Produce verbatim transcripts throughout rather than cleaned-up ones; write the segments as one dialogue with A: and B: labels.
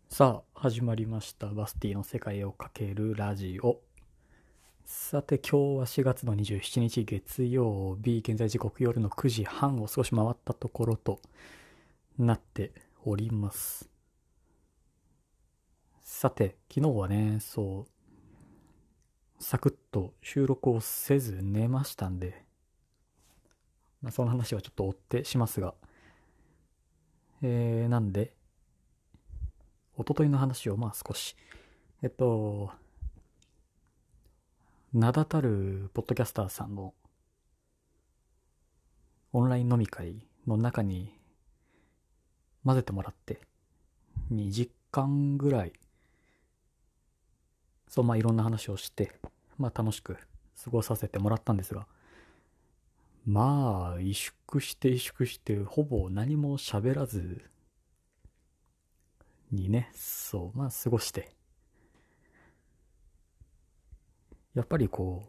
A: さあ始まりました。バスティの世界をかけるラジオ。さて今日はしがつのにじゅうしちにち月曜日、現在時刻夜のくじはんを少し回ったところとなっております。さて昨日はね、そうサクッと収録をせず寝ましたんで、まあ、その話はちょっと追ってしますが、えー、なんで一昨日の話をまあ少しえっと名だたるポッドキャスターさんのオンライン飲み会の中に混ぜてもらってにじかんぐらい、そう、まあいろんな話をして、まあ楽しく過ごさせてもらったんですが、まあ萎縮して萎縮してほぼ何も喋らずにね、そう、まあ過ごして、やっぱりこ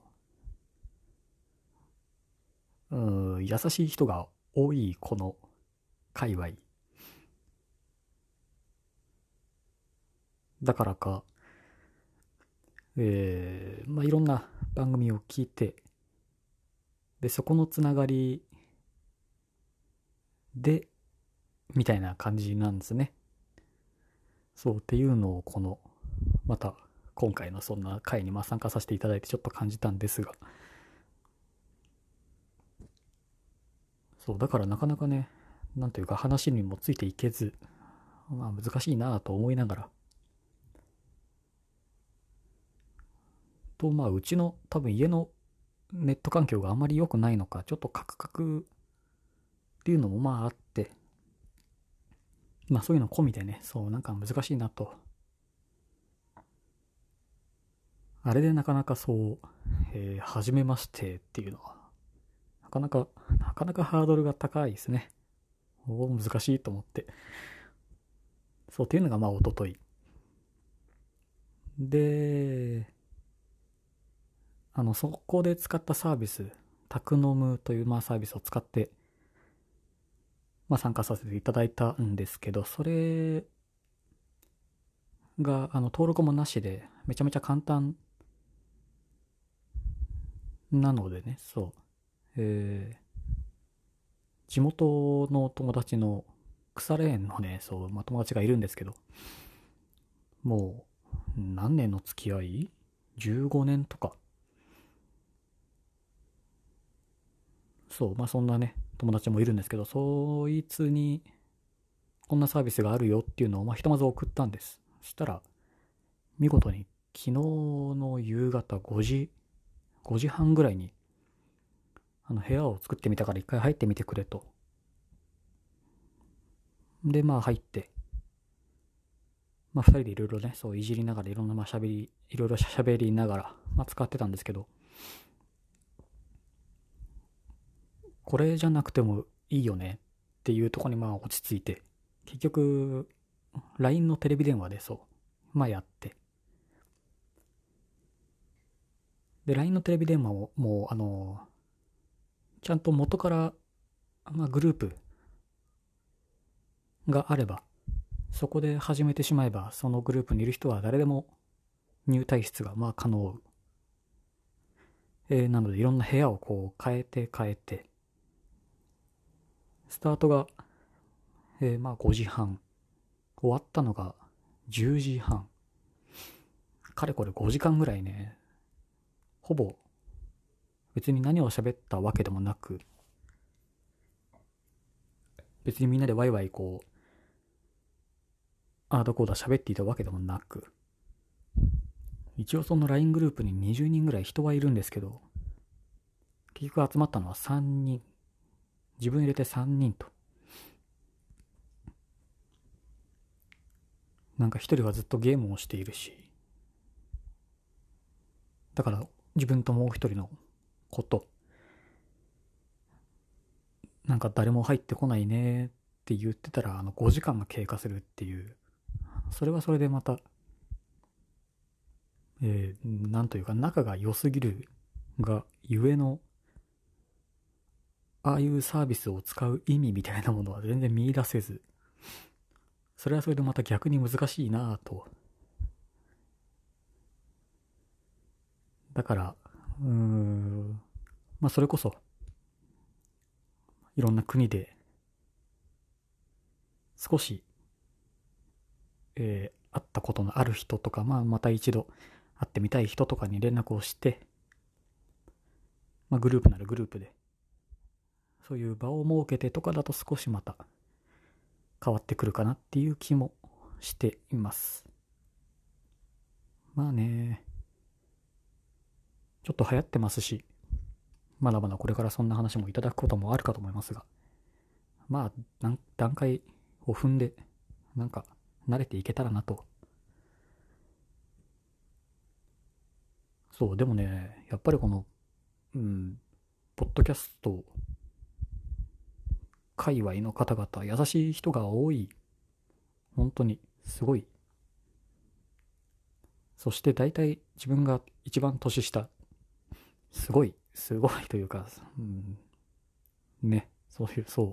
A: う、うーん、優しい人が多いこの界隈だからか、えー、まあいろんな番組を聞いて、で、そこのつながりで、みたいな感じなんですね。そうっていうのをこの、また今回のそんな会にまあ参加させていただいてちょっと感じたんですが、そう、だからなかなかね、なんというか話にもついていけず、まあ難しいなぁと思いながら、とまあうちの多分家のネット環境があまり良くないのか、ちょっとカクカクっていうのもまああって、まあそういうの込みでね、そうなんか難しいなと。あれでなかなかそう、えー、初めましてっていうのは、なかなか、なかなかハードルが高いですね。おー難しいと思って。そうっていうのがまあ一昨日で、あの、そこで使ったサービス、タクノムというまあサービスを使って、まあ参加させていただいたんですけど、それが、あの、登録もなしで、めちゃめちゃ簡単なのでね、そう、えー、地元の友達の腐れ縁のね、そう、まあ友達がいるんですけど、もう、何年の付き合い ?じゅうご 年とか。そう、まあそんなね、友達もいるんですけど、そいつに、こんなサービスがあるよっていうのを、まあひとまず送ったんです。そしたら、見事に昨日の夕方ごじ、ごじはんぐらいに、あの部屋を作ってみたから一回入ってみてくれと。で、まあ入って、まあ二人でいろいろね、そういじりながらいろんなまあ喋り、いろいろ喋りながら、まあ使ってたんですけど、これじゃなくてもいいよねっていうところにまあ落ち着いて、結局、ライン のテレビ電話でそう、まあやって、で、ライン のテレビ電話ももう、あの、ちゃんと元から、まあグループがあれば、そこで始めてしまえば、そのグループにいる人は誰でも入退出がまあ可能。えーなのでいろんな部屋をこう変えて変えて、スタートが、えーまあごじはん、終わったのがじゅうじはん。かれこれごじかんぐらいね、ほぼ別に何を喋ったわけでもなく、別にみんなでワイワイこう、ああだこうだ喋っていたわけでもなく、一応その ライン グループににじゅうにんぐらい人はいるんですけど、結局集まったのはさんにん。自分入れてさんにんと。なんか一人はずっとゲームをしているし、だから自分ともう一人の子と、なんか誰も入ってこないねって言ってたら、あのごじかんが経過するっていう、それはそれでまた、えー、なんというか仲が良すぎるがゆえの、ああいうサービスを使う意味みたいなものは全然見出せず、 それはそれでまた逆に難しいなぁと。だから、うーん、まあそれこそ、いろんな国で、少し、えー、会ったことのある人とか、まあまた一度会ってみたい人とかに連絡をして、まあグループならグループで、そういう場を設けてとかだと少しまた変わってくるかなっていう気もしています。まあね、ちょっと流行ってますし、まだまだこれからそんな話もいただくこともあるかと思いますが、まあ、段階を踏んで、なんか、慣れていけたらなと。そう、でもね、やっぱりこの、うん、ポッドキャスト、界隈の方々、優しい人が多い。本当に、すごい。そして大体自分が一番年下。すごい、すごいというか、うん、ね、そういう、そう、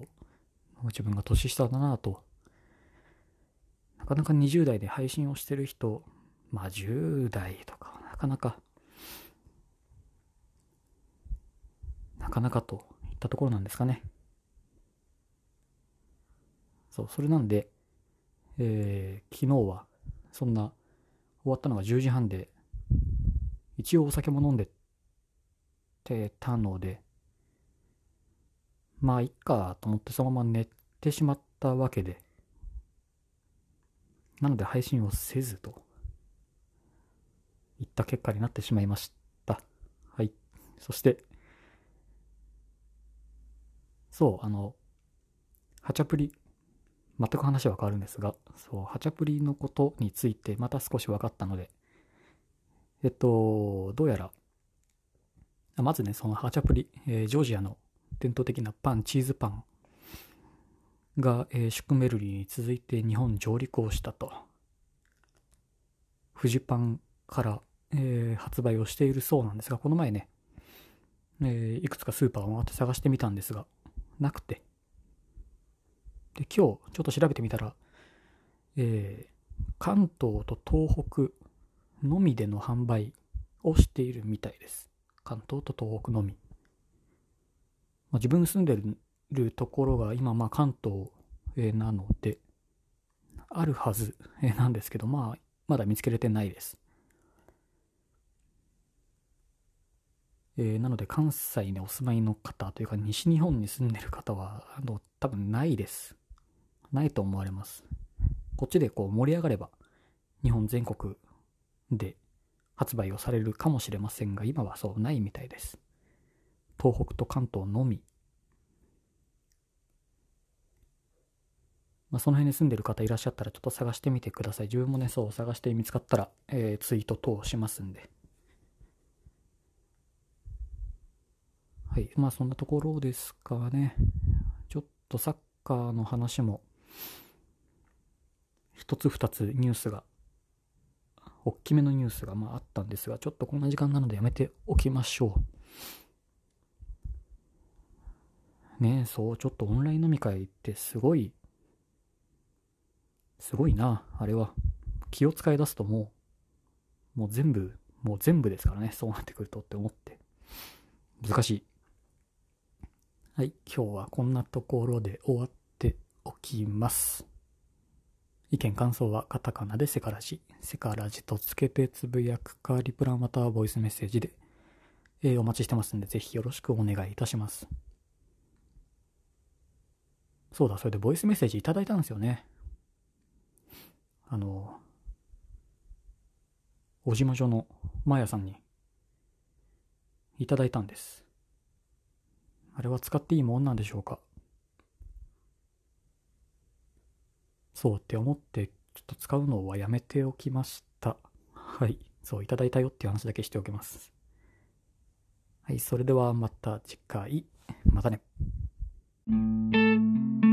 A: 自分が年下だなと。なかなかにじゅう代で配信をしてる人、まあじゅう代とか、なかなか、なかなかといったところなんですかね。そう、それなんで、えー、昨日は、そんな、終わったのがじゅうじはんで、一応お酒も飲んでてたので、まあ、いっかと思ってそのまま寝てしまったわけで、なので配信をせずといった結果になってしまいました。はい。そして、そう、あの、ハチャプリ、全く話は変わるんですが、そう、ハチャプリのことについてまた少し分かったので、えっと、どうやら、まずね、そのハチャプリ、えー、ジョージアの伝統的なパン、チーズパンが、えー、シュクメルリに続いて日本上陸をしたと。フジパンから、えー、発売をしているそうなんですが、この前ね、えー、いくつかスーパーを回って探してみたんですが、なくて。で、今日ちょっと調べてみたら、えー、関東と東北のみでの販売をしているみたいです。関東と東北のみ。まあ、自分住んでるところが今、まあ関東、えー、なので、あるはず、えー、なんですけど、まあ、まだ見つけれてないです。えー、なので関西にお住まいの方というか西日本に住んでる方はあの多分ないです。ないと思われます。こっちでこう盛り上がれば日本全国で発売をされるかもしれませんが、今はそうないみたいです。東北と関東のみ。まあ、その辺に住んでる方いらっしゃったらちょっと探してみてください。自分もね、そう探して見つかったら、えー、ツイート等しますんで。はい。まあそんなところですかね。ちょっとサッカーの話も一つ二つニュースが、大きめのニュースがまああったんですが、ちょっとこんな時間なのでやめておきましょう。ねえ、そう、ちょっとオンライン飲み会ってすごい、すごいな、あれは。気を使い出すともう、もう全部、もう全部ですからね、そうなってくるとって思って。難しい。はい、今日はこんなところで終わっておきます。意見感想はカタカナでセカラジ、セカラジとつけてつぶやくか、リプランまたはボイスメッセージで、えー、お待ちしてますんで、ぜひよろしくお願いいたします。そうだ、それでボイスメッセージいただいたんですよね。あの、おじまじょのマヤさんにいただいたんです。あれは使っていいもんなんでしょうか。そうって思ってちょっと使うのはやめておきました。はい、そういただいたよっていう話だけしておきます。はい、それではまた次回。またね。